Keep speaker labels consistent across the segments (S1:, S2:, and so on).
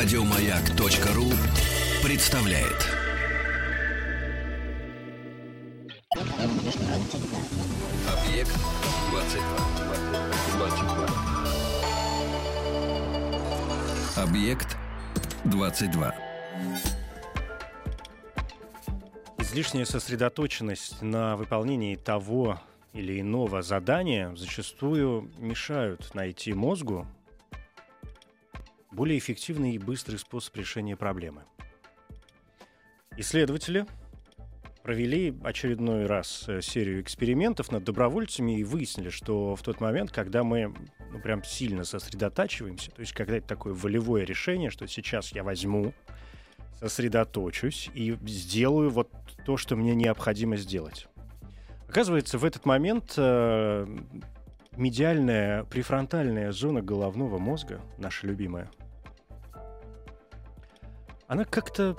S1: Радиомаяк.ру представляет. Объект 22. Объект 22.
S2: Излишняя сосредоточенность на выполнении того или иного задания зачастую мешают найти мозгу более эффективный и быстрый способ решения проблемы. Исследователи провели очередной раз серию экспериментов над добровольцами и выяснили, что в тот момент, когда мы прям сильно сосредотачиваемся, то есть когда это такое волевое решение, что сейчас я возьму, сосредоточусь и сделаю вот то, что мне необходимо сделать. Оказывается, в этот момент медиальная префронтальная зона головного мозга, наша любимая, она как-то,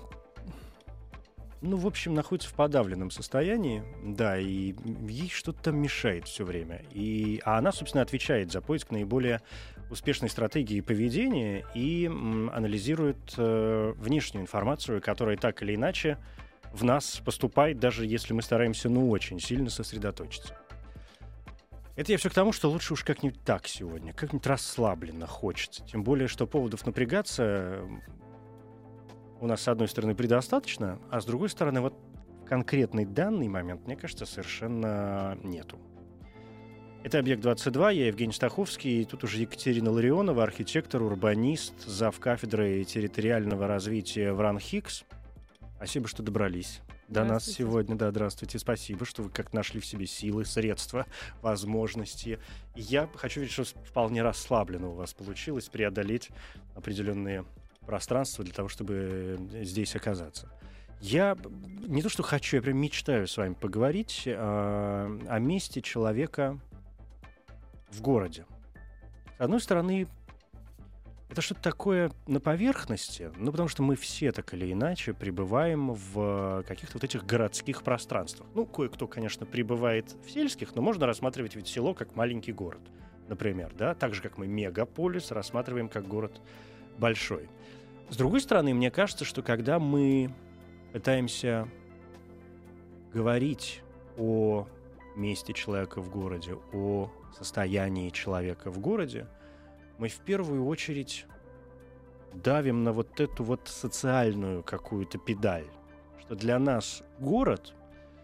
S2: в общем, находится в подавленном состоянии, да, и ей что-то там мешает все время. А она, собственно, отвечает за поиск наиболее успешной стратегии поведения и анализирует внешнюю информацию, которая так или иначе в нас поступает, даже если мы стараемся, очень сильно сосредоточиться. Это я все к тому, что лучше уж как-нибудь так сегодня, как-нибудь расслабленно хочется. Тем более, что поводов напрягаться у нас, с одной стороны, предостаточно, а с другой стороны, вот в конкретный данный момент, мне кажется, совершенно нету. Это «Объект-22», я Евгений Стаховский, и тут уже Екатерина Ларионова, архитектор, урбанист, зав. Кафедрой территориального развития в РАН-ХИКС. Спасибо, что добрались до нас сегодня. Да, здравствуйте. Спасибо, что вы как нашли в себе силы, средства, возможности. И я хочу видеть, что вполне расслабленно у вас получилось преодолеть определенные пространства для того, чтобы здесь оказаться. Я не то что хочу, я прям мечтаю с вами поговорить о месте человека в городе. С одной стороны, это что-то такое на поверхности, потому что мы все так или иначе пребываем в каких-то вот этих городских пространствах. Кое-кто, конечно, пребывает в сельских, но можно рассматривать ведь село как маленький город, например, да, так же, как мы мегаполис рассматриваем как город большой. С другой стороны, мне кажется, что когда мы пытаемся говорить о месте человека в городе, о состоянии человека в городе, мы в первую очередь давим на вот эту вот социальную какую-то педаль, что для нас город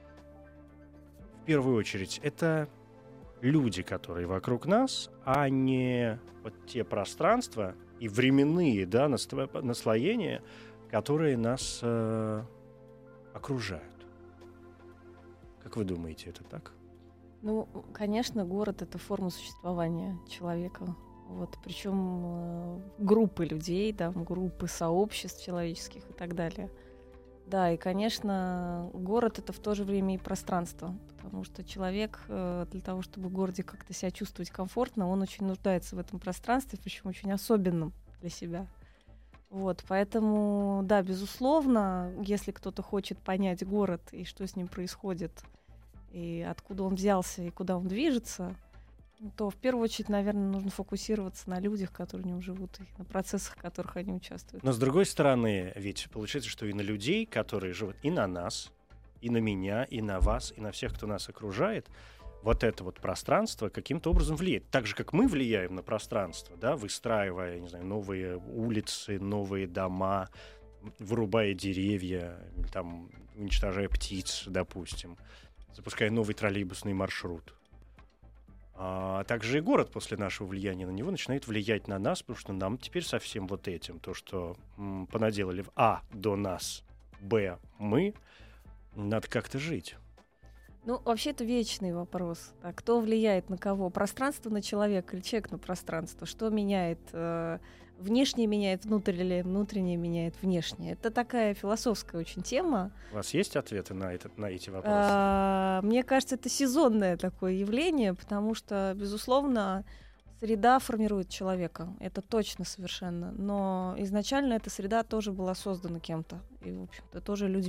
S2: в первую очередь это люди, которые вокруг нас, а не вот те пространства и временные, да, наслоения, которые нас окружают. Как вы думаете, это так?
S3: Конечно, город — это форма существования человека. Причем группы людей, да, группы сообществ человеческих и так далее. Да, и, конечно, город — это в то же время и пространство, потому что человек для того, чтобы в городе как-то себя чувствовать комфортно, он очень нуждается в этом пространстве, причем очень особенном для себя. Поэтому, да, безусловно, если кто-то хочет понять город и что с ним происходит, и откуда он взялся, и куда он движется, то в первую очередь, наверное, нужно фокусироваться на людях, которые в нем живут, и на процессах, в которых они участвуют.
S2: Но с другой стороны, ведь получается, что и на людей, которые живут, и на нас, и на меня, и на вас, и на всех, кто нас окружает, вот это вот пространство каким-то образом влияет. Так же, как мы влияем на пространство, да, выстраивая, новые улицы, новые дома, вырубая деревья, там, уничтожая птиц, допустим, запуская новый троллейбусный маршрут. А также и город после нашего влияния на него начинает влиять на нас, потому что нам теперь со всем вот этим, то, что понаделали в до нас, мы, надо как-то жить.
S3: Вообще это вечный вопрос. Кто влияет на кого? Пространство на человека или человек на пространство? Что меняет? Внешнее меняет внутрь или внутреннее меняет внешнее? Это такая философская очень тема.
S2: У вас есть ответы на эти вопросы?
S3: Мне кажется, это сезонное такое явление, потому что, безусловно, среда формирует человека. Это точно совершенно. Но изначально эта среда тоже была создана кем-то. И, в общем-то, тоже людьми.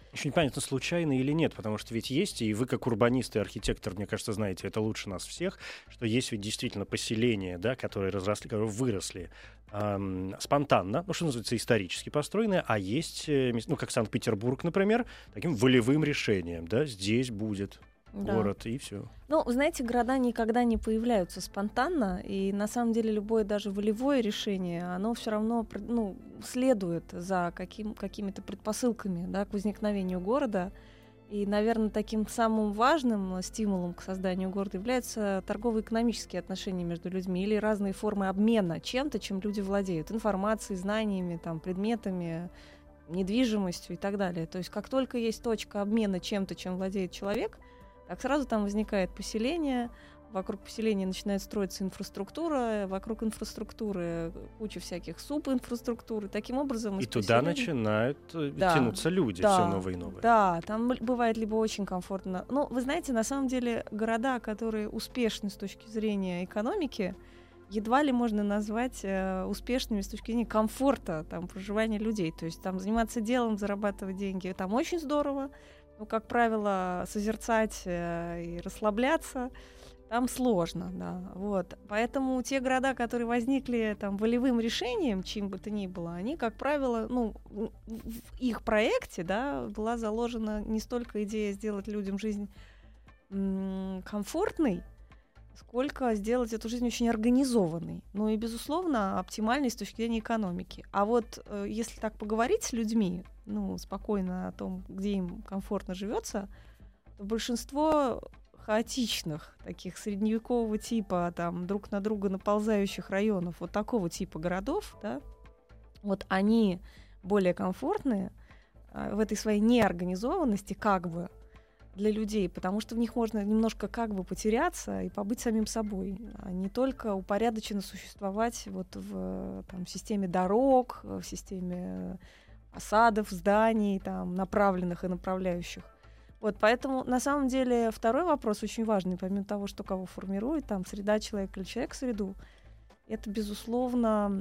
S2: Еще непонятно, случайно или нет, потому что ведь есть, и вы как урбанист и архитектор, мне кажется, знаете это лучше нас всех, что есть ведь действительно поселения, да, которые разросли, которые выросли спонтанно, ну, что называется, исторически построенные, а есть, ну, как Санкт-Петербург, например, таким волевым решением, да, здесь будет город, и все.
S3: Ну, вы знаете, города никогда не появляются спонтанно, и на самом деле любое даже волевое решение, оно все равно следует за какими-то предпосылками, да, к возникновению города. И, наверное, таким самым важным стимулом к созданию города являются торгово-экономические отношения между людьми или разные формы обмена чем-то, чем люди владеют, информацией, знаниями, там, предметами, недвижимостью и так далее. То есть как только есть точка обмена чем-то, чем владеет человек, так сразу там возникает поселение, вокруг поселения начинает строиться инфраструктура, вокруг инфраструктуры куча всяких субинфраструктуры. Таким образом,
S2: и туда начинают тянуться люди, все новые и новые.
S3: Да, там бывает либо очень комфортно. Ну, вы знаете, на самом деле города, которые успешны с точки зрения экономики, едва ли можно назвать успешными с точки зрения комфорта там, проживания людей. То есть там заниматься делом, зарабатывать деньги, там очень здорово. Ну, как правило, созерцать и расслабляться там сложно, да. Вот. Поэтому те города, которые возникли там волевым решением, чем бы то ни было, они, как правило, ну, в их проекте, да, была заложена не столько идея сделать людям жизнь комфортной, сколько сделать эту жизнь очень организованной. Ну и, безусловно, оптимальной с точки зрения экономики. А вот если так поговорить с людьми, ну, спокойно о том, где им комфортно живется, то большинство хаотичных, таких средневекового типа, там, друг на друга наползающих районов, вот такого типа городов, да, вот они более комфортные в этой своей неорганизованности, как бы, для людей, потому что в них можно немножко как бы потеряться и побыть самим собой, а не только упорядоченно существовать вот в там, системе дорог, в системе осадов, зданий, там, направленных и направляющих. Вот, поэтому, на самом деле, второй вопрос очень важный, помимо того, что кого формирует, там, среда человека или человек среду, это, безусловно,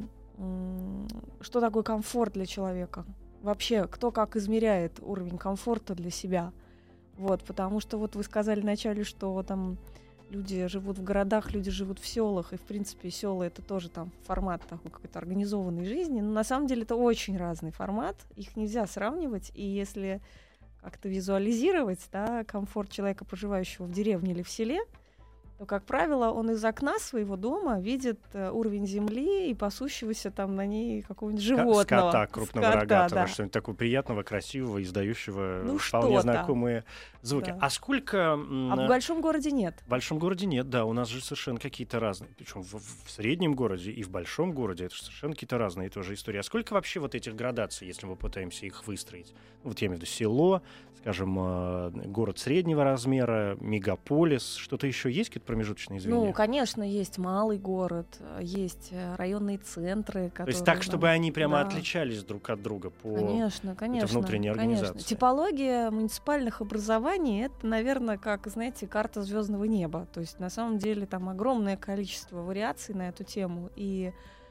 S3: что такое комфорт для человека. Вообще, кто как измеряет уровень комфорта для себя. Вот, потому что вот вы сказали вначале, что там люди живут в городах, люди живут в селах, и, в принципе, села — это тоже там формат такой какой-то организованной жизни, но на самом деле это очень разный формат, их нельзя сравнивать, и если как-то визуализировать, да, комфорт человека, проживающего в деревне или в селе, то, как правило, он из окна своего дома видит уровень земли и пасущегося там на ней какого-нибудь животного.
S2: Скота крупного, рогатого, да. Что-нибудь такого приятного, красивого, издающего вполне знакомые звуки. Да. А сколько...
S3: А в большом городе нет.
S2: В большом городе нет, да. У нас же совершенно какие-то разные. Причем в среднем городе и в большом городе это совершенно какие-то разные тоже истории. А сколько вообще вот этих градаций, если мы пытаемся их выстроить? Вот я имею в виду село, скажем, город среднего размера, мегаполис, что-то еще есть, какие-то промежуточные звенья?
S3: Ну, конечно, есть малый город, есть районные центры, которые...
S2: То есть так, чтобы они прямо отличались друг от друга по
S3: конечно,
S2: внутренней организации?
S3: Конечно. Типология муниципальных образований — это, наверное, как, знаете, карта звездного неба. То есть, на самом деле, там огромное количество вариаций на эту тему, и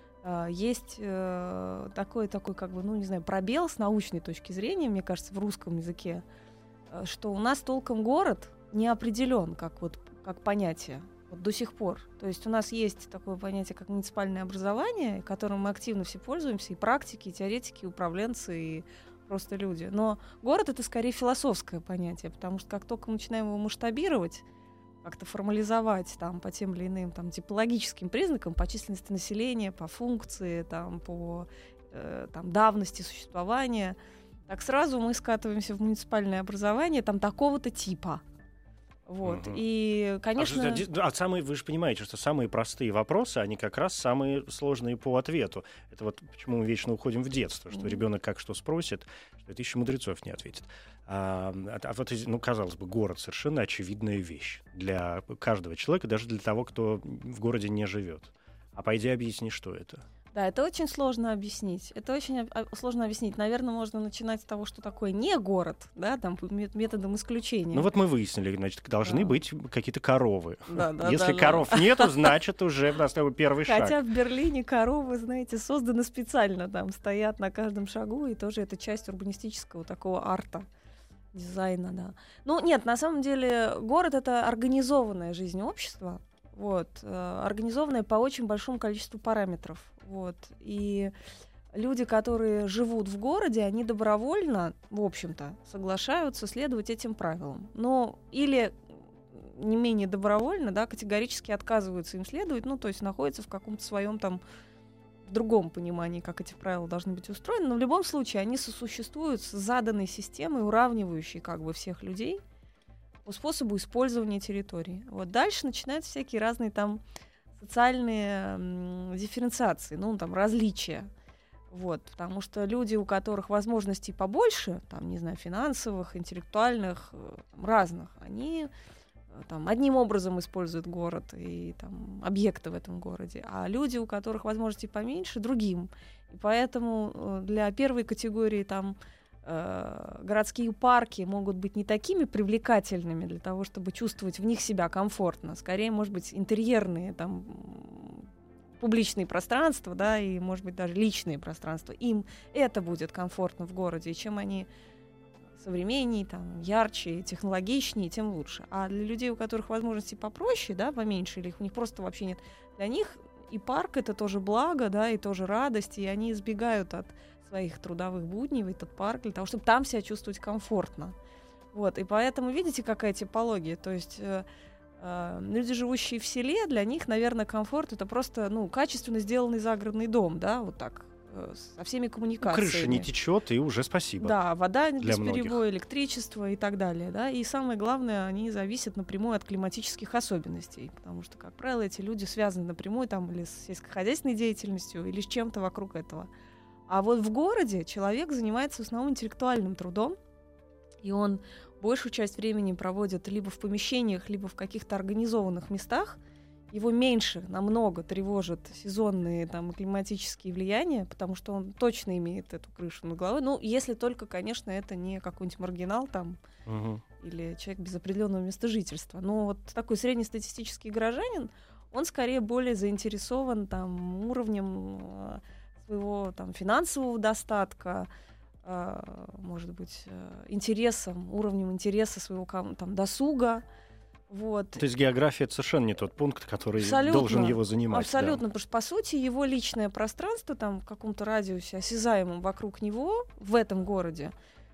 S3: есть такой, как бы, ну, не знаю, пробел с научной точки зрения, мне кажется, в русском языке, что у нас толком город не определен как понятие вот до сих пор. То есть у нас есть такое понятие, как муниципальное образование, которым мы активно все пользуемся, и практики, и теоретики, и управленцы, и просто люди. Но город — это скорее философское понятие, потому что как только мы начинаем его масштабировать, как-то формализовать там, по тем или иным там, типологическим признакам, по численности населения, по функции, там, по давности существования, так сразу мы скатываемся в муниципальное образование там, такого-то типа. Вот. И, конечно...
S2: Вы же понимаете, что самые простые вопросы, они как раз самые сложные по ответу. Это вот почему мы вечно уходим в детство, что ребенок как что спросит, что это еще мудрецов не ответит. Вот, ну, казалось бы, город — совершенно очевидная вещь для каждого человека, даже для того, кто в городе не живет. А пойди объясни, что это.
S3: Да, это очень сложно объяснить. Наверное, можно начинать с того, что такое не город, да, там методом исключения.
S2: Ну вот мы выяснили, значит, должны быть какие-то коровы.
S3: Да,
S2: если коров нету, значит, уже у нас первый шаг.
S3: Хотя в Берлине коровы, знаете, созданы специально, там стоят на каждом шагу, и тоже это часть урбанистического такого арта. дизайна, да. Ну, нет, на самом деле город — это организованная жизнь общества, вот, организованная по очень большому количеству параметров, вот, и люди, которые живут в городе, они добровольно, в общем-то, соглашаются следовать этим правилам, но или не менее добровольно, да, категорически отказываются им следовать, ну, то есть находятся в каком-то своем там в другом понимании, как эти правила должны быть устроены, но в любом случае они сосуществуют с заданной системой, уравнивающей как бы всех людей по способу использования территории. Вот дальше начинаются всякие разные там социальные дифференциации, ну, там, различия. Вот, потому что люди, у которых возможностей побольше, там, не знаю, финансовых, интеллектуальных, разных, они там одним образом используют город и там объекты в этом городе, а люди, у которых возможностей поменьше, другим. И поэтому для первой категории там городские парки могут быть не такими привлекательными для того, чтобы чувствовать в них себя комфортно. Скорее, может быть, интерьерные там публичные пространства, да, и, может быть, даже личные пространства. Им это будет комфортно в городе, и чем они современнее, там, ярче, технологичнее, тем лучше. А для людей, у которых возможности попроще, да, поменьше, или их у них просто вообще нет, для них и парк — это тоже благо, да, и тоже радость, и они избегают от своих трудовых будней в этот парк для того, чтобы там себя чувствовать комфортно. Вот, и поэтому видите, какая типология, то есть люди, живущие в селе, для них, наверное, комфорт — это просто, ну, качественно сделанный загородный дом, да, вот так, со всеми коммуникациями.
S2: Крыша не течет, и уже спасибо.
S3: Да, вода
S2: для
S3: бесперебой, электричество и так далее. Да? И самое главное, они зависят напрямую от климатических особенностей, потому что, как правило, эти люди связаны напрямую там, или с сельскохозяйственной деятельностью, или с чем-то вокруг этого. А вот в городе человек занимается в основном интеллектуальным трудом, и он большую часть времени проводит либо в помещениях, либо в каких-то организованных местах. Его меньше намного тревожат сезонные там, климатические влияния, потому что он точно имеет эту крышу над головой. Ну, если только, конечно, это не какой-нибудь маргинал там, или человек без определенного места жительства. Но вот такой среднестатистический горожанин, он скорее более заинтересован там, уровнем своего там, финансового достатка, может быть, интересом, уровнем интереса своего там, досуга. Вот.
S2: То есть география — это совершенно не тот пункт, который
S3: абсолютно,
S2: должен его занимать.
S3: Абсолютно,
S2: да.
S3: потому что, по сути, его личное пространство там, в каком-то радиусе осязаемом вокруг него, в этом городе,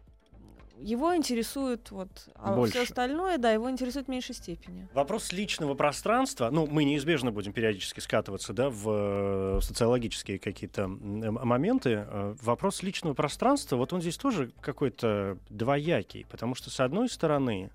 S3: его интересует, вот, а все остальное, да, его интересует в меньшей степени.
S2: Вопрос личного пространства, ну, мы неизбежно будем периодически скатываться, да, в социологические какие-то моменты. Вопрос личного пространства, вот он здесь тоже какой-то двоякий, потому что, с одной стороны,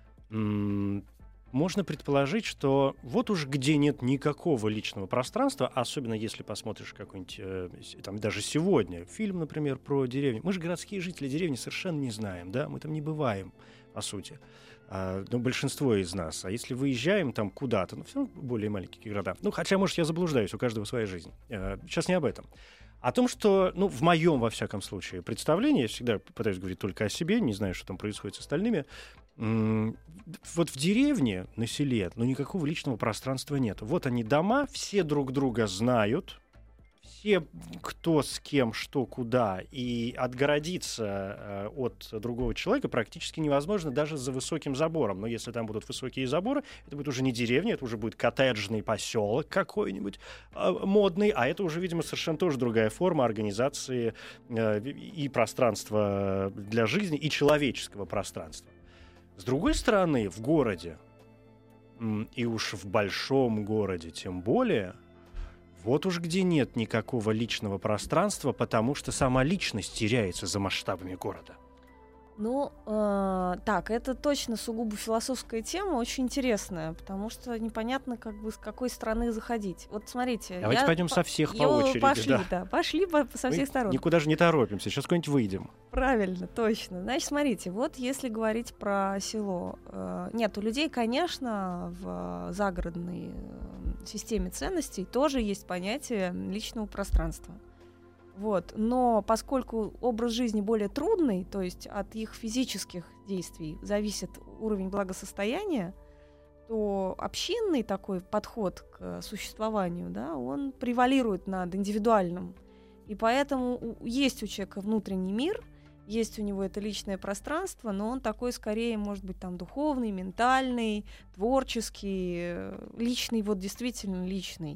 S2: можно предположить, что вот уж где нет никакого личного пространства, особенно если посмотришь какой-нибудь, там даже сегодня, фильм, например, про деревню. Мы же городские жители деревни совершенно не знаем, да, мы там не бываем, по сути. Ну, большинство из нас. А если выезжаем там куда-то, ну, все равно более маленькие города. Ну, хотя, может, я заблуждаюсь, у каждого своя жизнь. Сейчас не об этом. О том, что, ну, в моем, во всяком случае, представлении, я всегда пытаюсь говорить только о себе, не знаю, что там происходит с остальными, вот в деревне, на селе, ну, никакого личного пространства нет. Вот они дома, все друг друга знают, все кто с кем, что, куда, и отгородиться от другого человека практически невозможно даже за высоким забором. Но если там будут высокие заборы, это будет уже не деревня, это уже будет коттеджный поселок какой-нибудь модный, а это уже, видимо, совершенно тоже другая форма организации и пространства для жизни, и человеческого пространства. С другой стороны, в городе, и уж в большом городе тем более, вот уж где нет никакого личного пространства, потому что сама личность теряется за масштабами города.
S3: Ну, так, это точно сугубо философская тема, очень интересная, потому что непонятно, как бы, с какой стороны заходить. Вот смотрите.
S2: Давайте пойдем со всех по очереди.
S3: Пошли, да. Пошли со всех сторон.
S2: Никуда же не торопимся, сейчас куда-нибудь выйдем.
S3: Правильно, точно. Значит, смотрите, вот если говорить про село. Нет, у людей, конечно, в загородной системе ценностей тоже есть понятие личного пространства. Вот. Но поскольку образ жизни более трудный, то есть от их физических действий зависит уровень благосостояния, то общинный такой подход к существованию, да, он превалирует над индивидуальным. И поэтому есть у человека внутренний мир, есть у него это личное пространство, но он такой скорее, может быть, там духовный, ментальный, творческий, личный, вот действительно личный.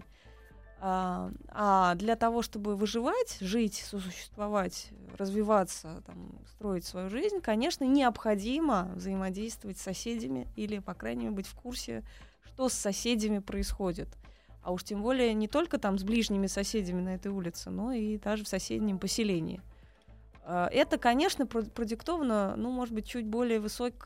S3: А для того, чтобы выживать, жить, сосуществовать, развиваться, там, строить свою жизнь, конечно, необходимо взаимодействовать с соседями или, по крайней мере, быть в курсе, что с соседями происходит. А уж тем более не только там с ближними соседями на этой улице, но и даже в соседнем поселении. Это, конечно, продиктовано, ну, может быть, чуть более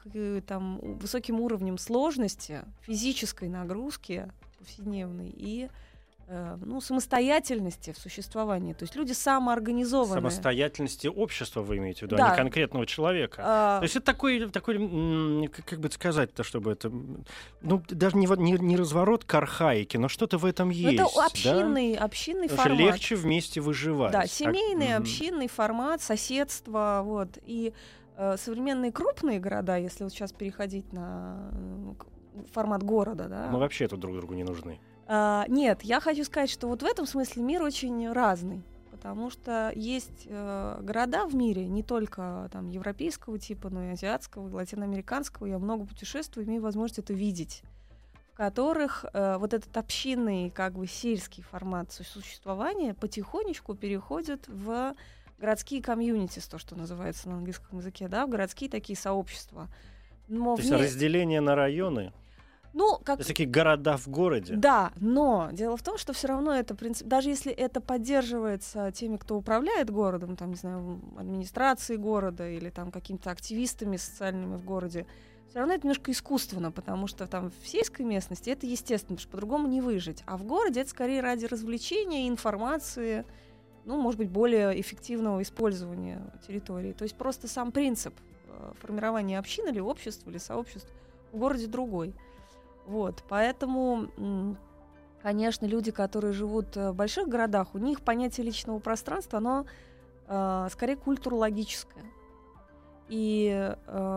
S3: высоким уровнем сложности, физической нагрузки повседневной и самостоятельности в существовании. То есть люди самоорганизованные.
S2: Самостоятельности общества вы имеете в виду,
S3: да.
S2: а не конкретного человека. То есть это такой, как бы сказать-то, чтобы это... Ну, даже не разворот к архаике, но что-то в этом есть.
S3: Это общинный формат.
S2: Легче вместе выживать.
S3: Да, семейный, общинный формат, соседство. Вот. И современные крупные города, если вот сейчас переходить на формат города... Да,
S2: мы вообще тут друг другу не нужны.
S3: Нет, я хочу сказать, что вот в этом смысле мир очень разный, потому что есть города в мире, не только там европейского типа, но и азиатского, и латиноамериканского. Я много путешествую, имею возможность это видеть, в которых вот этот общинный, как бы сельский формат существования потихонечку переходит в городские комьюнити, то, что называется на английском языке, да, в городские такие сообщества. Но
S2: то есть разделение на районы?
S3: Ну,
S2: как... такие города в городе.
S3: Да, но дело в том, что все равно это принцип, даже если это поддерживается теми, кто управляет городом, там, не знаю, администрацией города или там какими-то активистами социальными в городе, все равно это немножко искусственно, потому что там в сельской местности это естественно, потому что по-другому не выжить. А в городе это скорее ради развлечения, информации, ну, может быть, более эффективного использования территории. То есть просто сам принцип формирования общин или обществ, или сообществ в городе другой. Вот, поэтому, конечно, люди, которые живут в больших городах, у них понятие личного пространства, оно скорее культурологическое. И,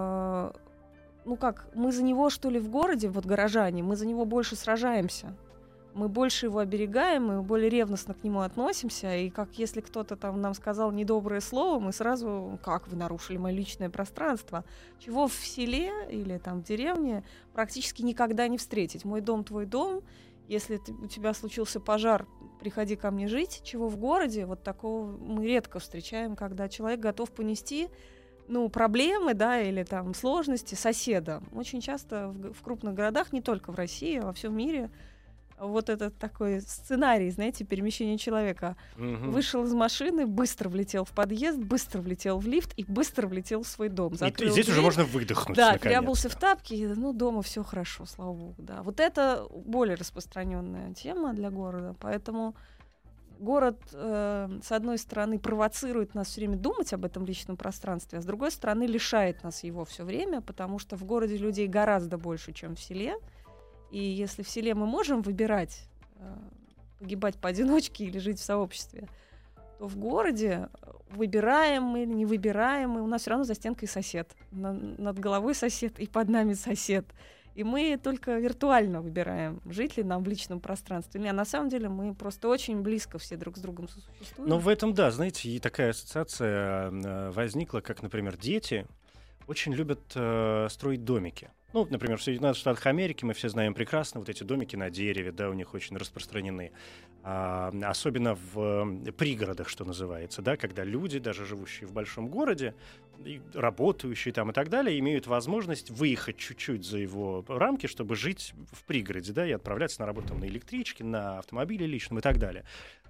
S3: мы за него, что ли, в городе, вот горожане, мы за него больше сражаемся. Мы больше его оберегаем, мы более ревностно к нему относимся. И как если кто-то там нам сказал недоброе слово, мы сразу, как вы нарушили мое личное пространство. Чего в селе или там в деревне практически никогда не встретить. Мой дом, твой дом. Если у тебя случился пожар, приходи ко мне жить. Чего в городе, вот такого мы редко встречаем, когда человек готов понести проблемы, да, или там сложности соседа. Очень часто в крупных городах, не только в России, а во всем мире, вот этот такой сценарий, знаете, перемещения человека. Вышел из машины, быстро влетел в подъезд, быстро влетел в лифт и быстро влетел в свой дом.
S2: И здесь дверь, уже можно выдохнуть.
S3: Да, прябался в тапки, дома все хорошо, слава богу. Да. Вот это более распространенная тема для города, поэтому город, с одной стороны, провоцирует нас все время думать об этом личном пространстве, а с другой стороны, лишает нас его все время, потому что в городе людей гораздо больше, чем в селе. И если в селе мы можем выбирать, погибать поодиночке или жить в сообществе, то в городе выбираем мы или не выбираем мы, у нас все равно за стенкой сосед, над головой сосед и под нами сосед. И мы только виртуально выбираем, жить ли нам в личном пространстве. А на самом деле мы просто очень близко все друг с другом сосуществуем.
S2: Но в этом, да, знаете, и такая ассоциация возникла, как, например, дети очень любят строить домики. Ну, например, в Соединенных Штатах Америки мы все знаем прекрасно, вот эти домики на дереве, да, у них очень распространены. Особенно в пригородах, что называется, да, когда люди, даже живущие в большом городе, работающие там и так далее, имеют возможность выехать чуть-чуть за его рамки, чтобы жить в пригороде, да, и отправляться на работу там, на электричке, на автомобиле личном и так далее.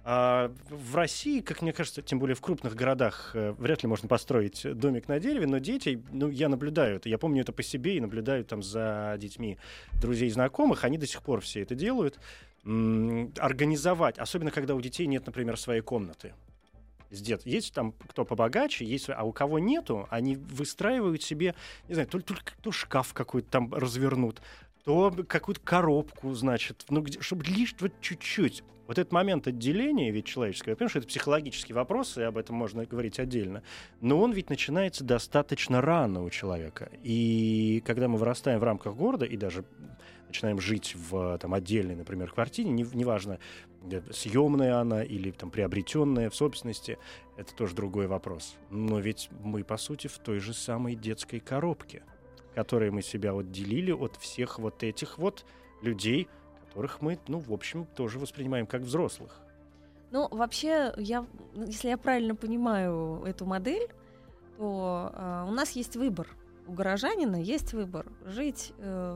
S2: В России, как мне кажется, тем более в крупных городах, вряд ли можно построить домик на дереве, но дети, я наблюдаю это, я помню это по себе и наблюдаю там за детьми друзей и знакомых, они до сих пор все это делают. Организовать, особенно когда у детей нет, например, своей комнаты. Есть там кто побогаче, есть, а у кого нету, они выстраивают себе, не знаю, то шкаф какой-то там развернут, то какую-то коробку, значит, чтобы лишь вот чуть-чуть. Вот этот момент отделения ведь человеческого, я понимаю, что это психологический вопрос, и об этом можно говорить отдельно, но он ведь начинается достаточно рано у человека. И когда мы вырастаем в рамках города и даже начинаем жить в там, отдельной, например, квартире, неважно, съемная она или там, приобретенная в собственности, это тоже другой вопрос. Но ведь мы, по сути, в той же самой детской коробке, которой мы себя отделили от всех вот этих вот людей, которых мы, ну, в общем, тоже воспринимаем как взрослых.
S3: Ну, вообще, если я правильно понимаю эту модель, то у нас есть выбор. У горожанина есть выбор жить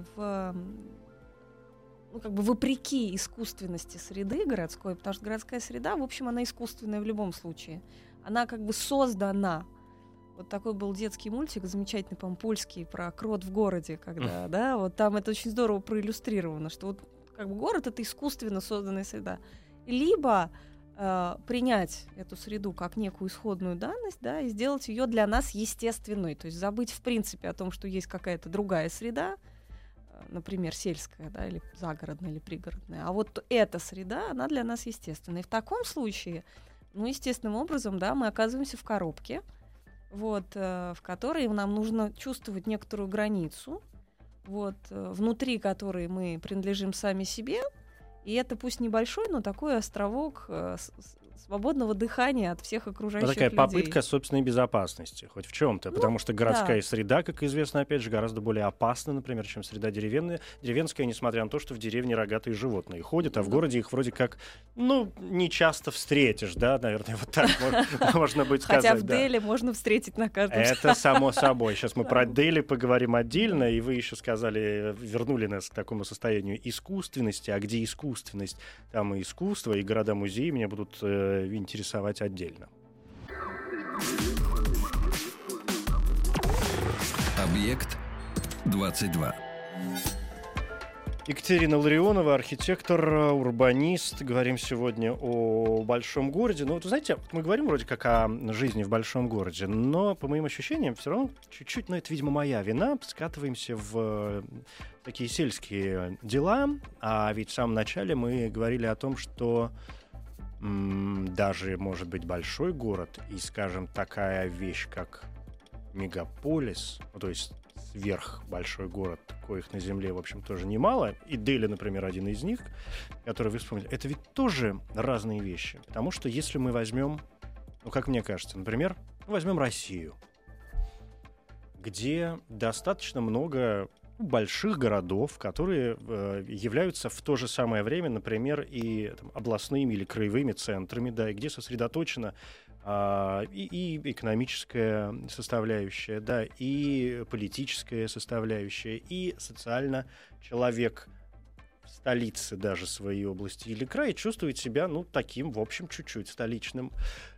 S3: вопреки искусственности среды городской, потому что городская среда, в общем, она искусственная в любом случае. Она как бы создана. Вот такой был детский мультик, замечательный, по-моему, польский, про крот в городе, когда, да, вот там это очень здорово проиллюстрировано, что вот как бы город — это искусственно созданная среда. Либо принять эту среду как некую исходную данность, да, и сделать ее для нас естественной, то есть забыть в принципе о том, что есть какая-то другая среда, например, сельская, да, или загородная, или пригородная, а вот эта среда, она для нас естественная. И в таком случае, ну, естественным образом, да, мы оказываемся в коробке, вот, в которой нам нужно чувствовать некоторую границу, вот, внутри которой мы принадлежим сами себе. И это пусть небольшой, но такой островок свободного дыхания от всех окружающих
S2: такая
S3: людей.
S2: попытка собственной безопасности, хоть в чем-то, потому что городская среда, как известно, опять же, гораздо более опасна, например, чем среда деревенская, несмотря на то, что в деревне рогатые животные ходят, а в городе их вроде как, ну, не часто встретишь, да, наверное, вот так можно будет сказать.
S3: Хотя в Дели можно встретить на каждом шагу.
S2: Это само собой. Сейчас мы про Дели поговорим отдельно, и вы еще сказали, вернули нас к такому состоянию искусственности, а где искусственность, там и искусство, и города-музеи меня будут интересовать отдельно.
S1: Объект 22.
S2: Екатерина Ларионова, архитектор, урбанист. Говорим сегодня о большом городе. Ну, вот, вы знаете, мы говорим вроде как о жизни в большом городе, но, по моим ощущениям, все равно чуть-чуть, но это, видимо, моя вина, скатываемся в такие сельские дела. А ведь в самом начале мы говорили о том, что даже, может быть, большой город и, скажем, такая вещь, как мегаполис, ну, то есть сверхбольшой город, коих на Земле, в общем, тоже немало, и Дели, например, один из них, который вы вспомнили, это ведь тоже разные вещи. Потому что если мы возьмем, ну, как мне кажется, например, возьмем Россию, где достаточно много больших городов, которые являются в то же самое время, например, и там, областными или краевыми центрами, да, и где сосредоточена и экономическая составляющая, да, и политическая составляющая, и социально человек в столице даже своей области или края чувствует себя, ну, таким, в общем, чуть-чуть столичным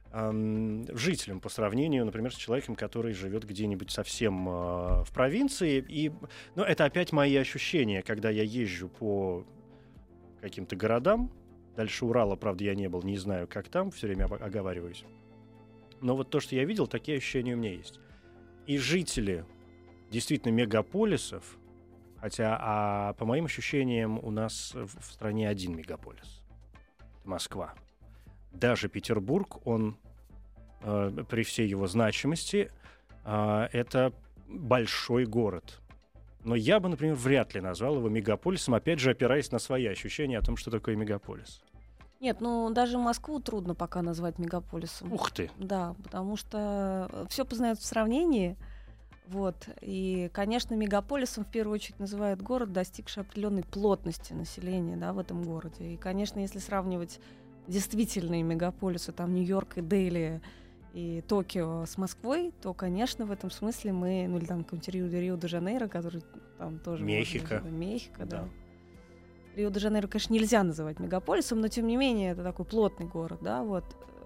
S2: жителем по сравнению, например, с человеком, который живет где-нибудь совсем в провинции. И, ну, это опять мои ощущения, когда я езжу по каким-то городам. Дальше Урала, правда, я не был, не знаю, как там, все время оговариваюсь. Но вот то, что я видел, такие ощущения у меня есть. И жители действительно мегаполисов, хотя, по моим ощущениям, у нас в стране один мегаполис — Москва. Даже Петербург, он при всей его значимости, это большой город. Но я бы, например, вряд ли назвал его мегаполисом, опять же, опираясь на свои ощущения о том, что такое мегаполис.
S3: Нет, ну даже Москву трудно пока назвать мегаполисом.
S2: Ух ты!
S3: Да, потому что все познают в сравнении. Вот. И, конечно, мегаполисом в первую очередь называют город, достигший определенной плотности населения, да, в этом городе. И, конечно, если сравнивать действительные мегаполисы, там Нью-Йорк и Дели и Токио с Москвой, то, конечно, в этом смысле мы, ну или там какой-нибудь Рио-де-Жанейро, который там тоже...
S2: Мехико.
S3: Мехико, да. Рио-де-Жанейро, конечно, нельзя называть мегаполисом, но, тем не менее, это такой плотный город, да, вот.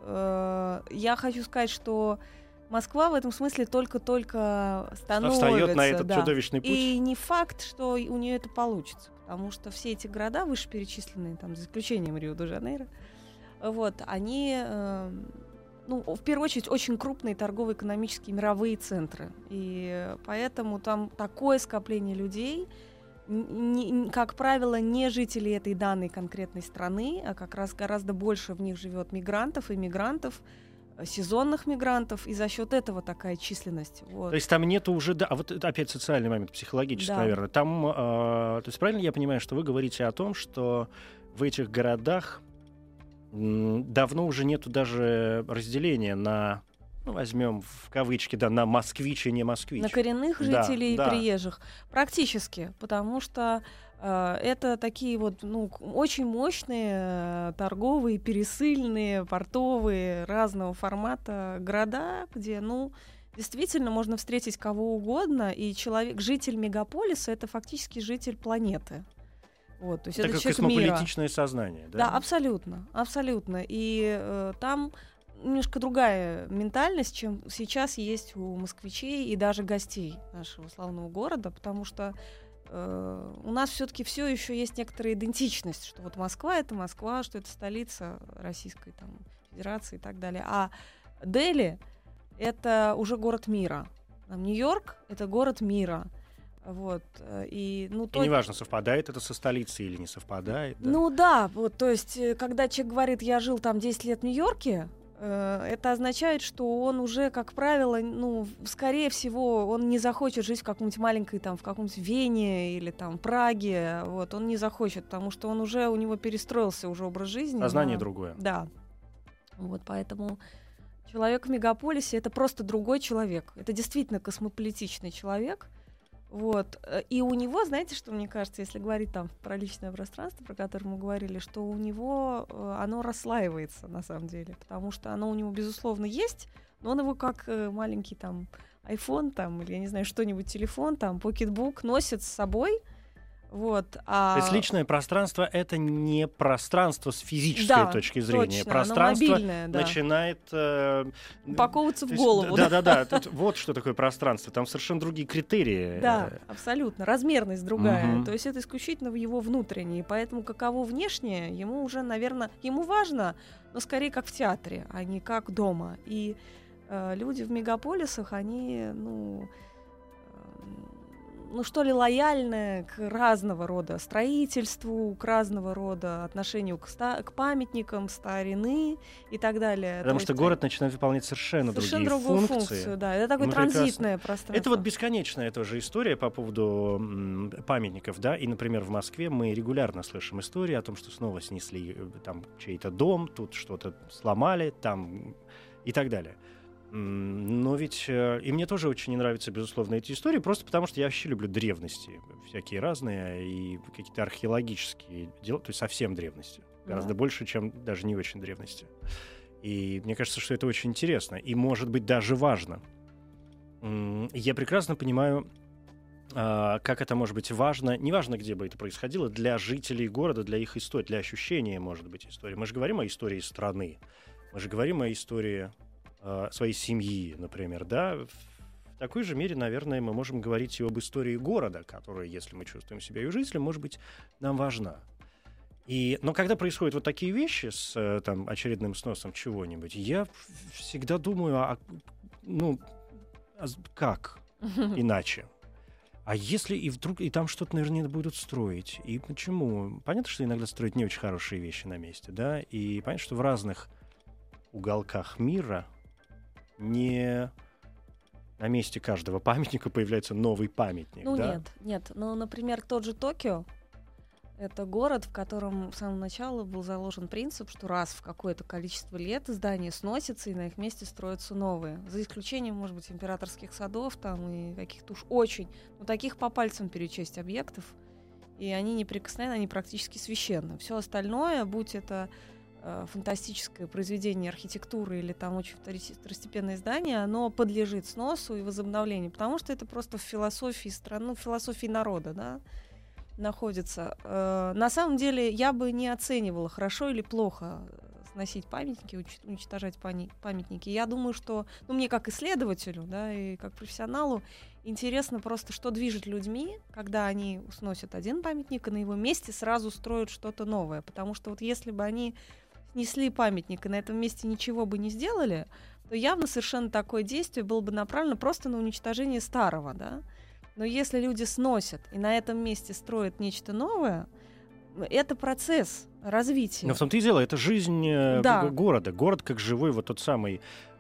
S3: Я хочу сказать, что Москва в этом смысле только-только становится...
S2: Встает на этот чудовищный путь.
S3: И не факт, что у нее это получится, потому что все эти города, вышеперечисленные, там, за исключением Рио-де-Жанейро, вот, они, ну, в первую очередь, очень крупные торгово-экономические мировые центры. И поэтому там такое скопление людей, как правило, не жители этой данной конкретной страны, а как раз гораздо больше в них живет мигрантов, сезонных мигрантов, и за счет этого такая численность. Вот.
S2: То есть там нету уже... Да, а вот это опять социальный момент, психологический,
S3: Да.
S2: наверное. Там, то есть правильно я понимаю, что вы говорите о том, что в этих городах давно уже нету даже разделения на, ну, возьмем в кавычки, да, на москвич и не москвич.
S3: На коренных
S2: Да,
S3: жителей
S2: да.
S3: и приезжих. Практически, потому что это такие вот, ну, очень мощные торговые, пересыльные, портовые, разного формата города, где, ну, действительно можно встретить кого угодно, и человек, житель мегаполиса, это фактически житель планеты. Вот, то есть
S2: Это
S3: это
S2: как
S3: человек мира.
S2: космополитичное сознание, да?
S3: Да, абсолютно, абсолютно. И там немножко другая ментальность, чем сейчас есть у москвичей и даже гостей нашего славного города, потому что у нас все-таки все еще есть некоторая идентичность, что вот Москва — это Москва, что это столица Российской там, Федерации и так далее. А Дели — это уже город мира. Нью-Йорк — это город мира. Вот. И, ну,
S2: И неважно, совпадает это со столицей или не совпадает. Да?
S3: Ну да, вот, то есть, когда человек говорит, я жил там 10 лет в Нью-Йорке, это означает, что он уже, как правило, ну, скорее всего, он не захочет жить в каком-нибудь маленькой, там, в каком-нибудь Вене или там Праге, вот, он не захочет, потому что он уже, у него перестроился уже образ жизни.
S2: Сознание другое.
S3: Да, вот, поэтому человек в мегаполисе — это просто другой человек, это действительно космополитичный человек. Вот. И у него, знаете, что мне кажется, если говорить там про личное пространство, про которое мы говорили, что у него оно расслаивается на самом деле, потому что оно у него, безусловно, есть, но он его как маленький там iPhone там, или, я не знаю, что-нибудь, телефон, там, покетбук носит с собой. Вот,
S2: То есть личное пространство — это не пространство с физической точки зрения.
S3: Точно,
S2: пространство
S3: мобильное, да.
S2: начинает
S3: упаковываться в голову.
S2: Да. Вот что такое пространство. Там совершенно другие критерии.
S3: Да, абсолютно. Размерность другая.
S2: Мгм.
S3: То есть это исключительно в его внутреннее. Поэтому каково внешнее, ему уже, наверное, ему важно, но скорее как в театре, а не как дома. И люди в мегаполисах, они, ну, что ли, лояльны к разного рода строительству, к разного рода отношению к памятникам старины и так далее.
S2: Потому что город начинает выполнять совершенно другие
S3: другую
S2: функции.
S3: функцию, да. Это такое транзитное пространство.
S2: Это вот бесконечная тоже история по поводу памятников, да, и, например, в Москве мы регулярно слышим истории о том, что снова снесли там чей-то дом, тут что-то сломали, там и так далее. Но ведь и мне тоже очень не нравятся, безусловно, эти истории, просто потому что я вообще люблю древности, всякие разные, и какие-то археологические дела, то есть совсем древности, гораздо больше, чем даже не очень древности. И мне кажется, что это очень интересно, и, может быть, даже важно. Я прекрасно понимаю, как это может быть важно, неважно, где бы это происходило, для жителей города, для их истории, для ощущения, может быть, истории. Мы же говорим о истории страны, мы же говорим о истории своей семьи, например, да, в такой же мере, наверное, мы можем говорить и об истории города, которая, если мы чувствуем себя ее жителем, может быть, нам важна. Но когда происходят вот такие вещи с там, очередным сносом чего-нибудь, я всегда думаю, как иначе? А если и вдруг и там что-то, наверное, будут строить? И почему? Понятно, что иногда строят не очень хорошие вещи на месте, да, и понятно, что в разных уголках мира не на месте каждого памятника появляется новый памятник.
S3: Ну
S2: да?
S3: нет. Ну, например, тот же Токио — это город, в котором с самого начала был заложен принцип, что раз в какое-то количество лет здания сносятся, и на их месте строятся новые. За исключением, может быть, императорских садов там и каких-то уж очень, таких по пальцам перечесть объектов, и они неприкосновенны, они практически священны. Все остальное, будь это фантастическое произведение архитектуры или там очень второстепенное здание, оно подлежит сносу и возобновлению, потому что это просто в философии страны, в философии народа, да, находится. На самом деле я бы не оценивала, хорошо или плохо сносить памятники, уничтожать памятники. Я думаю, что, мне как исследователю, да, и как профессионалу интересно просто, что движет людьми, когда они сносят один памятник, и на его месте сразу строят что-то новое. Потому что вот если бы они снесли памятник и на этом месте ничего бы не сделали, то явно совершенно такое действие было бы направлено просто на уничтожение старого, да. Но если люди сносят и на этом месте строят нечто новое, это процесс развития.
S2: Но в том-то и дело, это жизнь города. Город как живой, вот тот самый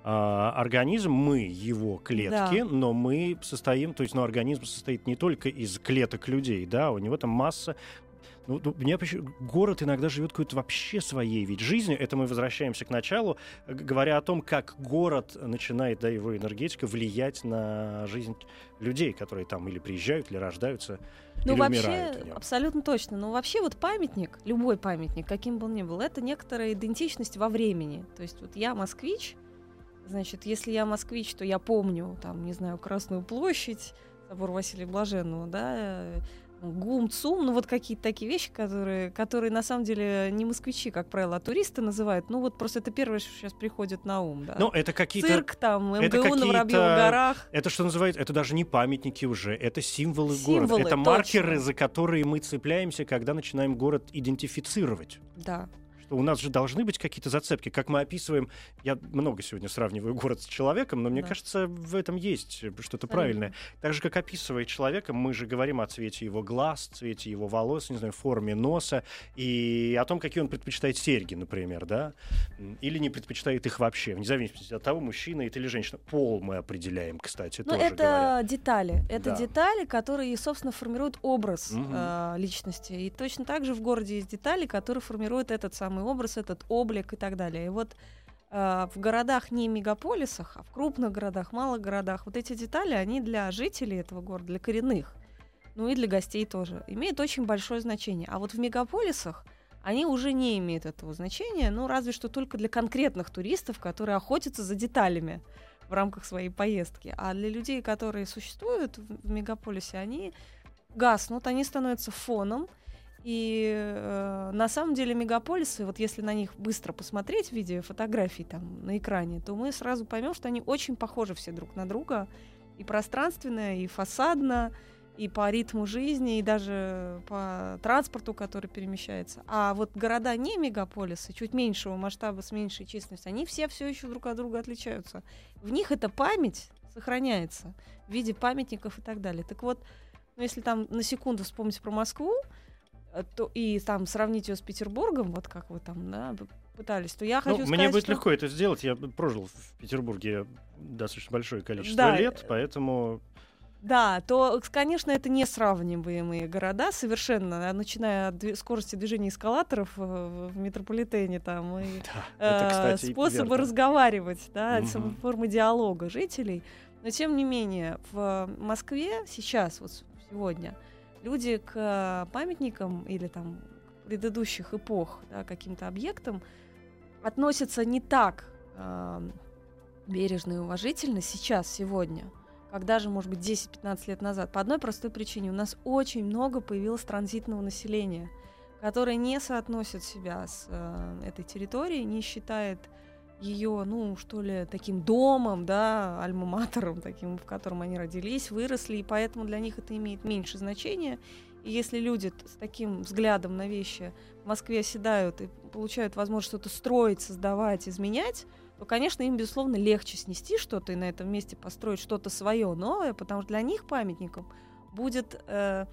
S2: организм, мы его клетки,
S3: Да.
S2: но мы состоим, то есть, организм состоит не только из клеток людей, да, у него там масса. Мне город иногда живет какой-то вообще своей ведь жизнью. Это мы возвращаемся к началу, говоря о том, как город начинает, да, его энергетика влиять на жизнь людей, которые там или приезжают, или рождаются, или умирают.
S3: Вообще, абсолютно точно. Но вообще вот памятник, любой памятник, каким бы он ни был, это некоторая идентичность во времени. То есть вот я москвич, значит, если я москвич, то я помню, там, не знаю, Красную площадь, собор Василия Блаженного, да, ГУМ, ЦУМ, вот какие-то такие вещи, которые на самом деле не москвичи, как правило, а туристы называют. Вот просто это первое, что сейчас приходит на ум. Да.
S2: Это какие-то...
S3: Цирк, там, МГУ на Воробьевых горах.
S2: Это что называется, это даже не памятники уже, это символы города. Это маркеры, за которые мы цепляемся, когда начинаем город идентифицировать.
S3: Да.
S2: У нас же должны быть какие-то зацепки, как мы описываем. Я много сегодня сравниваю город с человеком, но мне кажется, в этом есть что-то правильное. Так же, как описывая человека, мы же говорим о цвете его глаз, цвете его волос, не знаю, форме носа, и о том, какие он предпочитает серьги, например, да, или не предпочитает их вообще, вне зависимости от того, мужчина это или женщина. Пол мы определяем, кстати, тоже
S3: это
S2: говорят.
S3: детали. Это детали, которые, собственно, формируют образ личности. И точно так же в городе есть детали, которые формируют этот самый образ, этот облик и так далее. И вот в городах, не мегаполисах, а в крупных городах, малых городах, вот эти детали, они для жителей этого города, для коренных, и для гостей тоже, имеют очень большое значение. А вот в мегаполисах они уже не имеют этого значения, разве что только для конкретных туристов, которые охотятся за деталями в рамках своей поездки. А для людей, которые существуют в мегаполисе, они гаснут, они становятся фоном. И на самом деле мегаполисы, вот если на них быстро посмотреть в виде фотографий там на экране, то мы сразу поймем, что они очень похожи все друг на друга. И пространственно, и фасадно, и по ритму жизни, и даже по транспорту, который перемещается. А вот города не мегаполисы, чуть меньшего масштаба, с меньшей численностью, они все еще друг от друга отличаются. В них эта память сохраняется в виде памятников и так далее. Так вот, если там на секунду вспомнить про Москву, и там сравнить ее с Петербургом, вот как вы там пытались, то я хочу сказать,
S2: мне будет легко это сделать. Я прожил в Петербурге достаточно большое количество лет, поэтому...
S3: Да, то, конечно, это не сравниваемые города совершенно, начиная от скорости движения эскалаторов в метрополитене там, и
S2: это, кстати,
S3: способы
S2: верно.
S3: разговаривать, формы диалога жителей. Но, тем не менее, в Москве сейчас, вот сегодня, люди к памятникам или там к предыдущих эпох, каким-то объектам относятся не так бережно и уважительно сейчас, сегодня, как даже, может быть, 10-15 лет назад. По одной простой причине. У нас очень много появилось транзитного населения, которое не соотносит себя с этой территорией, не считает ее, таким домом, альма-матером, таким, в котором они родились, выросли, и поэтому для них это имеет меньше значения. И если люди с таким взглядом на вещи в Москве оседают и получают возможность что-то строить, создавать, изменять, то, конечно, им, безусловно, легче снести что-то и на этом месте построить что-то свое новое, потому что для них памятником будет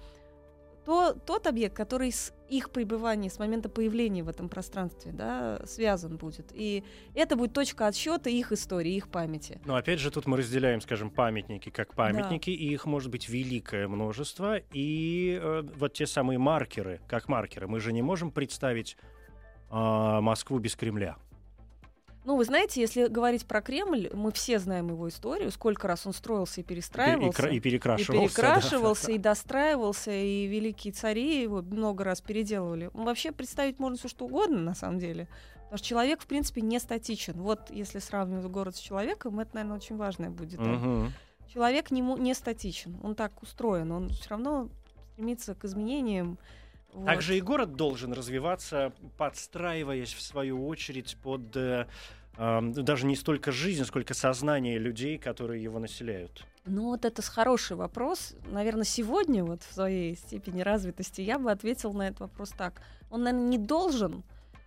S3: тот объект, который с их пребывания, с момента появления в этом пространстве, связан будет. И это будет точка отсчета их истории, их памяти.
S2: Но опять же, тут мы разделяем, скажем, памятники как памятники, и их может быть великое множество, и вот те самые маркеры, как маркеры. Мы же не можем представить Москву без Кремля.
S3: Вы знаете, если говорить про Кремль, мы все знаем его историю, сколько раз он строился и перестраивался.
S2: И перекрашивался.
S3: И достраивался, и великие цари его много раз переделывали. Вообще представить можно все что угодно, на самом деле. Потому что человек, в принципе, не статичен. Вот если сравнивать город с человеком, это, наверное, очень важная будет деталь. Человек не статичен, он так устроен, он все равно стремится к изменениям.
S2: Также и город должен развиваться, подстраиваясь, в свою очередь, под даже не столько жизнь, сколько сознание людей, которые его населяют.
S3: Это хороший вопрос. Наверное, сегодня в своей степени развитости я бы ответила на этот вопрос так. Он, наверное, не должен,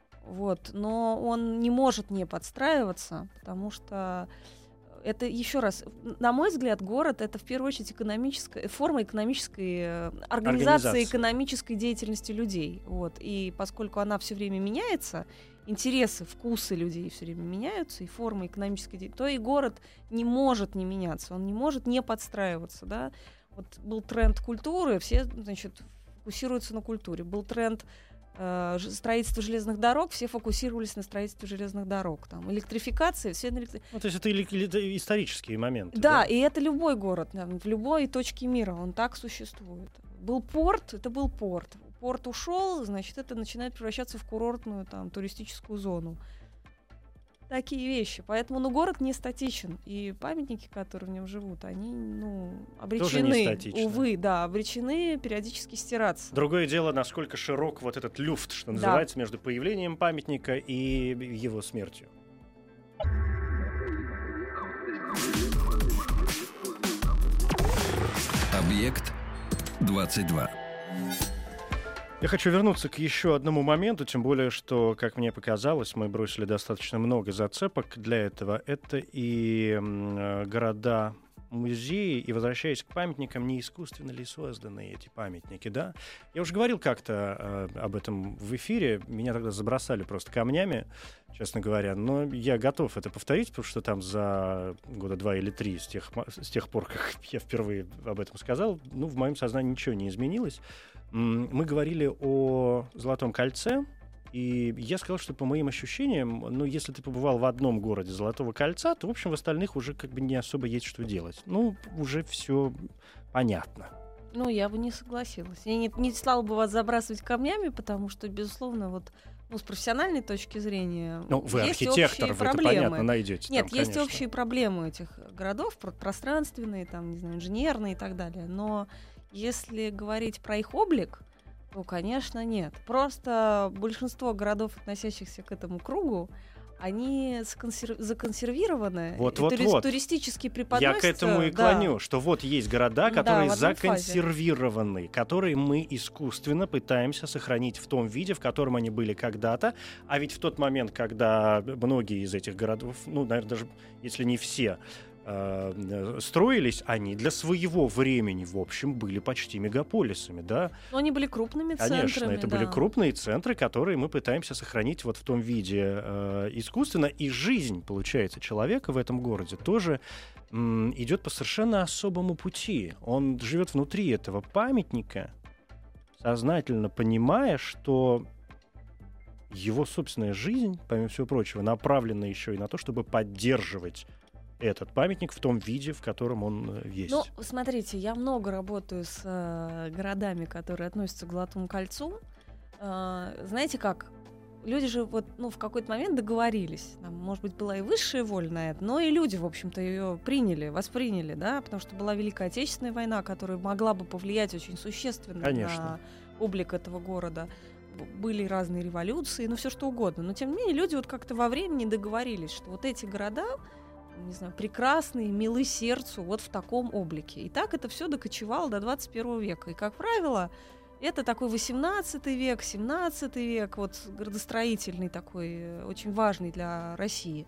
S3: но он не может не подстраиваться, потому что это, еще раз, на мой взгляд, город — это в первую очередь форма экономической организации экономической деятельности людей. И поскольку она все время меняется, интересы, вкусы людей все время меняются, и формы экономической деятельности, то и город не может не меняться, он не может не подстраиваться, да. Вот был тренд культуры, все, значит, фокусируются на культуре. Был тренд строительства железных дорог, все фокусировались на строительстве железных дорог. Там, электрификация, все на электрификации.
S2: Ну, то есть это исторические моменты.
S3: Да, и это любой город, в любой точке мира, он так существует. Был порт, это был порт. Порт ушел, значит, это начинает превращаться в курортную там, туристическую зону. Такие вещи. Поэтому, город не статичен. И памятники, которые в нем живут, они, обречены, увы, да, обречены периодически стираться.
S2: Другое дело, насколько широк вот этот люфт, что называется, между появлением памятника и его смертью.
S1: Объект 22.
S2: Я хочу вернуться к еще одному моменту, тем более, что, как мне показалось, мы бросили достаточно много зацепок для этого. Это и города, музеи, и, возвращаясь к памятникам, не искусственно ли созданы эти памятники, да? Я уже говорил как-то об этом в эфире, меня тогда забросали просто камнями, честно говоря, но я готов это повторить, потому что там за года 2 или 3 с тех пор, как я впервые об этом сказал, в моем сознании ничего не изменилось. Мы говорили о Золотом кольце, и я сказал, что по моим ощущениям, если ты побывал в одном городе Золотого кольца, то, в общем, в остальных уже не особо есть что делать. Уже все понятно.
S3: Я бы не согласилась. Я не стала бы вас забрасывать камнями, потому что, безусловно, с профессиональной точки зрения
S2: вы
S3: есть
S2: архитектор,
S3: общие
S2: вы
S3: проблемы.
S2: Это понятно найдете.
S3: Нет,
S2: там,
S3: есть
S2: конечно.
S3: общие проблемы этих городов, пространственные, инженерные и так далее. Но если говорить про их облик, то, конечно, нет. Просто большинство городов, относящихся к этому кругу, они законсервированы, туристически преподносятся.
S2: Я к этому и клоню, что есть города, которые законсервированы, которые мы искусственно пытаемся сохранить в том виде, в котором они были когда-то. А ведь в тот момент, когда многие из этих городов, наверное, даже если не все, строились, они для своего времени, в общем, были почти мегаполисами, да?
S3: Но они были крупными центрами.
S2: Конечно, это были крупные центры, которые мы пытаемся сохранить в том виде искусственно. И жизнь, получается, человека в этом городе тоже идет по совершенно особому пути. Он живет внутри этого памятника, сознательно понимая, что его собственная жизнь, помимо всего прочего, направлена еще и на то, чтобы поддерживать этот памятник в том виде, в котором он есть.
S3: Смотрите, я много работаю с городами, которые относятся к Золотому кольцу. Знаете как? Люди же в какой-то момент договорились. Там, может быть, была и высшая воля на это, но и люди, в общем-то, ее восприняли, да, потому что была Великая Отечественная война, которая могла бы повлиять очень существенно на облик этого города. Были разные революции, все что угодно. Но, тем не менее, люди как-то во времени договорились, что эти города, прекрасные, милы сердцу, в таком облике. И так это все докочевало до 21 века. И, как правило, это такой 18 век, 17 век, градостроительный такой, очень важный для России.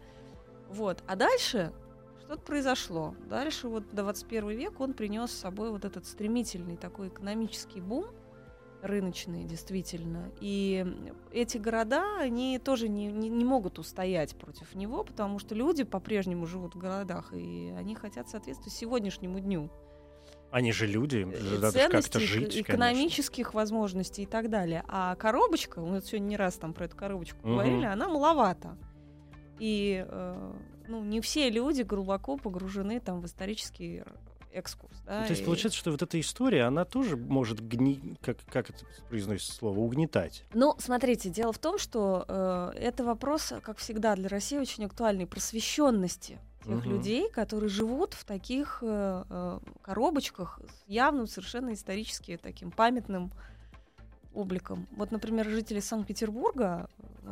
S3: А дальше что-то произошло. Дальше 21 век, он принес с собой этот стремительный такой экономический бум, рыночные, действительно. И эти города, они тоже не могут устоять против него, потому что люди по-прежнему живут в городах, и они хотят соответствовать сегодняшнему дню.
S2: Они же люди, надо как-то жить,
S3: экономических возможностей и так далее. А коробочка, мы сегодня не раз про эту коробочку говорили, она маловата. И не все люди глубоко погружены в исторический экскурс. Да,
S2: то есть получается, что эта история, она тоже может как это произносится слово, угнетать.
S3: Смотрите, дело в том, что это вопрос, как всегда, для России очень актуальный, просвещенности тех людей, которые живут в таких коробочках с явным совершенно исторически таким памятным обликом. Например, жители Санкт-Петербурга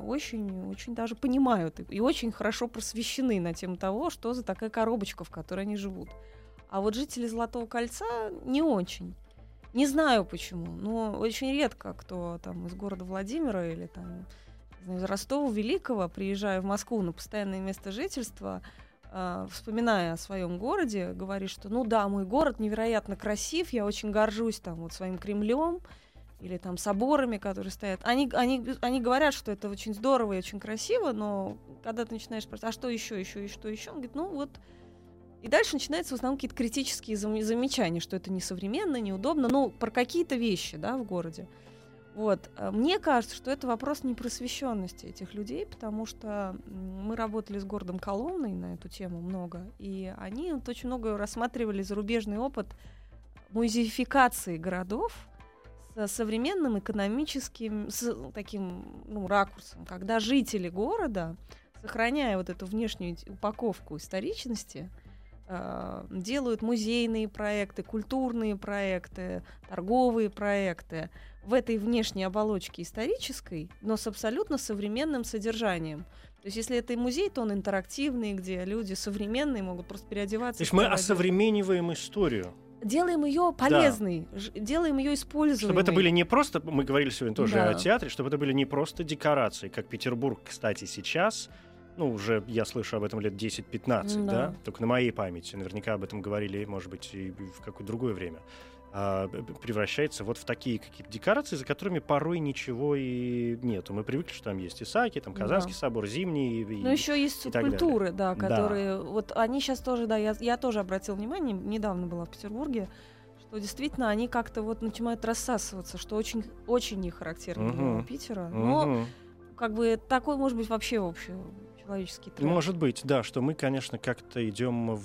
S3: очень даже понимают и очень хорошо просвещены на тему того, что за такая коробочка, в которой они живут. А жители Золотого кольца не очень. Не знаю почему, но очень редко кто из города Владимира или из Ростова Великого, приезжая в Москву на постоянное место жительства, вспоминая о своем городе, говорит, что мой город невероятно красив, я очень горжусь своим Кремлем, или там соборами, которые стоят. Они говорят, что это очень здорово и очень красиво, но когда ты начинаешь спрашивать, а что еще, и что еще, он говорит, ну вот. И дальше начинаются в основном какие-то критические замечания, что это несовременно, неудобно, ну, про какие-то вещи, да, в городе. Вот. Мне кажется, что это вопрос непросвещенности этих людей, потому что мы работали с городом Коломной на эту тему много, и они вот очень много рассматривали зарубежный опыт музеификации городов с современным экономическим таким ракурсом, когда жители города, сохраняя вот эту внешнюю упаковку историчности, делают музейные проекты, культурные проекты, торговые проекты в этой внешней оболочке исторической, но с абсолютно современным содержанием. То есть если это и музей, то он интерактивный, где люди современные могут просто переодеваться.
S2: То есть мы осовремениваем историю.
S3: Делаем ее полезной, делаем ее используемой.
S2: Чтобы это были не просто, мы говорили сегодня тоже о театре, чтобы это были не просто декорации, как Петербург, кстати, сейчас. Уже я слышу об этом лет 10-15, да? Только на моей памяти. Наверняка об этом говорили, может быть, и в какое-то другое время. Превращается вот в такие какие-то декорации, за которыми порой ничего и нету. Мы привыкли, что там есть Исааки, там Казанский собор, Зимний.
S3: Но еще есть субкультуры, которые... Вот они сейчас тоже, я тоже обратила внимание, недавно была в Петербурге, что действительно они как-то вот начинают рассасываться, что очень, очень не характерно для Питера. Но как бы такой, может быть, вообще человеческий тренд.
S2: Может быть, да, что мы, конечно, как-то идем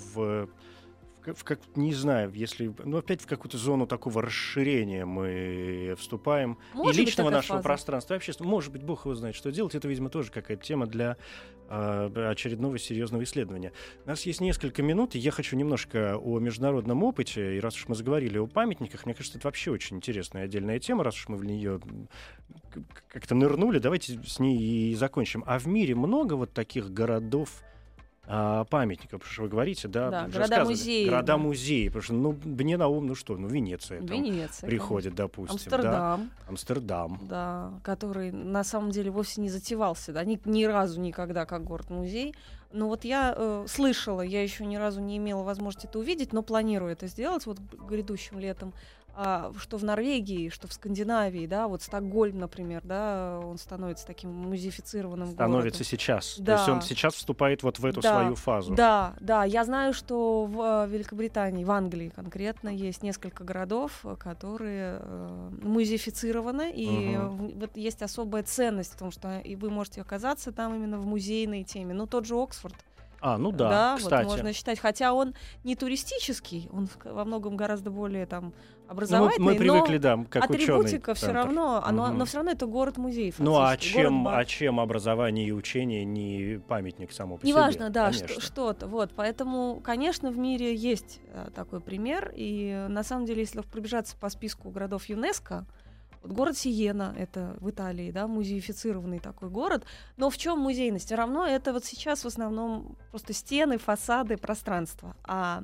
S2: не знаю, если, опять в какую-то зону такого расширения мы вступаем.
S3: Может
S2: и личного нашего
S3: фаза.
S2: Пространства, и общественного. Может быть, Бог его знает, что делать. Это, видимо, тоже какая-то тема для очередного серьезного исследования. У нас есть несколько минут, и я хочу немножко о международном опыте. И раз уж мы заговорили о памятниках, мне кажется, это вообще очень интересная отдельная тема. Раз уж мы в нее как-то нырнули, давайте с ней и закончим. А в мире много вот таких городов, памятников, потому что вы говорите, да,
S3: города-музеи.
S2: Города-музеи, потому что, мне на ум, Венеция приходит,
S3: конечно.
S2: допустим. Амстердам.
S3: Да, который на самом деле вовсе не затевался, да, ни разу никогда как город-музей. Но вот я слышала, я еще ни разу не имела возможности это увидеть, но планирую это сделать вот грядущим летом. Что в Норвегии, что в Скандинавии, да, вот Стокгольм, например, да, он становится таким музеифицированным
S2: становится
S3: городом.
S2: сейчас.
S3: Да.
S2: То есть он сейчас вступает вот в эту свою фазу.
S3: Да, я знаю, что в Великобритании, в Англии конкретно, есть несколько городов, которые музеифицированы, и вот есть особая ценность в том, что и вы можете оказаться там именно в музейной теме. Тот же Оксфорд.
S2: Кстати.
S3: Вот можно считать, хотя он не туристический, он во многом гораздо более там образовательный,
S2: мы привыкли, как
S3: атрибутика
S2: ученый
S3: все равно, но все равно это город-музей.
S2: А чем образование и учение не памятник само по себе?
S3: Неважно, да, что-то. Вот, поэтому, конечно, в мире есть такой пример, и на самом деле, если пробежаться по списку городов ЮНЕСКО, вот город Сиена, это в Италии, да, музеифицированный такой город. Но в чем музейность? Все равно это вот сейчас в основном просто стены, фасады, пространство. А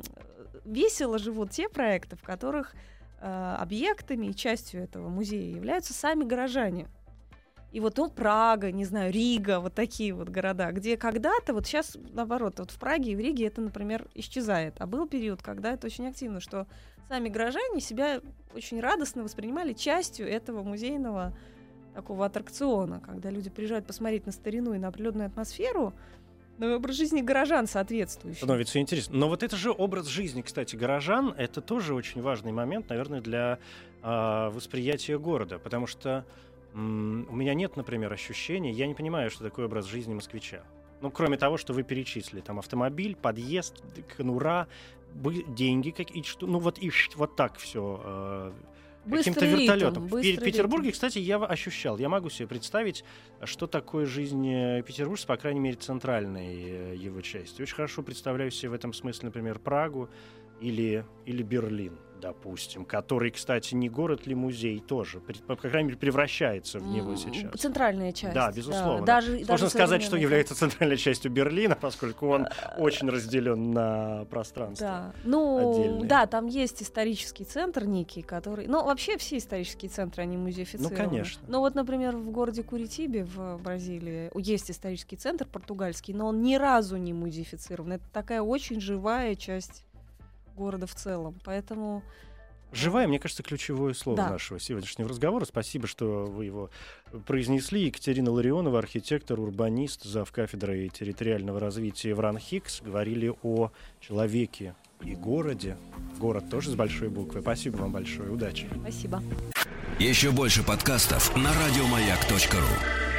S3: весело живут те проекты, в которых объектами и частью этого музея являются сами горожане. И вот Прага, не знаю, Рига, вот такие вот города, где когда-то, вот сейчас наоборот, вот в Праге и в Риге это, например, исчезает. А был период, когда это очень активно, что сами горожане себя очень радостно воспринимали частью этого музейного такого аттракциона, когда люди приезжают посмотреть на старину и на определенную атмосферу, но образ жизни горожан соответствующий.
S2: Становится интересно. Но вот это же образ жизни, кстати, горожан, это тоже очень важный момент, наверное, для восприятия города, потому что у меня нет, например, ощущения, я не понимаю, что такое образ жизни москвича. Кроме того, что вы перечислили, там автомобиль, подъезд, конура, деньги какие-то, вот так все. Каким-то вертолетом. В Петербурге, кстати, я ощущал, я могу себе представить, что такое жизнь петербуржца, по крайней мере, центральной его части. Очень хорошо представляю себе в этом смысле, например, Прагу или Берлин, допустим, который, кстати, не город-ли-музей тоже, по крайней мере, превращается в него сейчас.
S3: Центральная часть.
S2: Да, безусловно.
S3: Да.
S2: Можно сказать, что является центральной частью Берлина, поскольку он очень разделен на пространство.
S3: Да, там есть исторический центр некий, который... вообще все исторические центры, они музеифицированы.
S2: Конечно.
S3: Вот, например, в городе Куритибе в Бразилии есть исторический центр португальский, но он ни разу не музеифицирован. Это такая очень живая часть города в целом. Поэтому
S2: Живая, мне кажется, ключевое слово
S3: Да.
S2: нашего сегодняшнего разговора. Спасибо, что вы его произнесли. Екатерина Ларионова, архитектор, урбанист, завкафедрой территориального развития в РАН-ХИКС, говорили о человеке и городе. Город тоже с большой буквы. Спасибо вам большое. Удачи.
S3: Спасибо.
S1: Еще больше подкастов на радиомаяк.ру.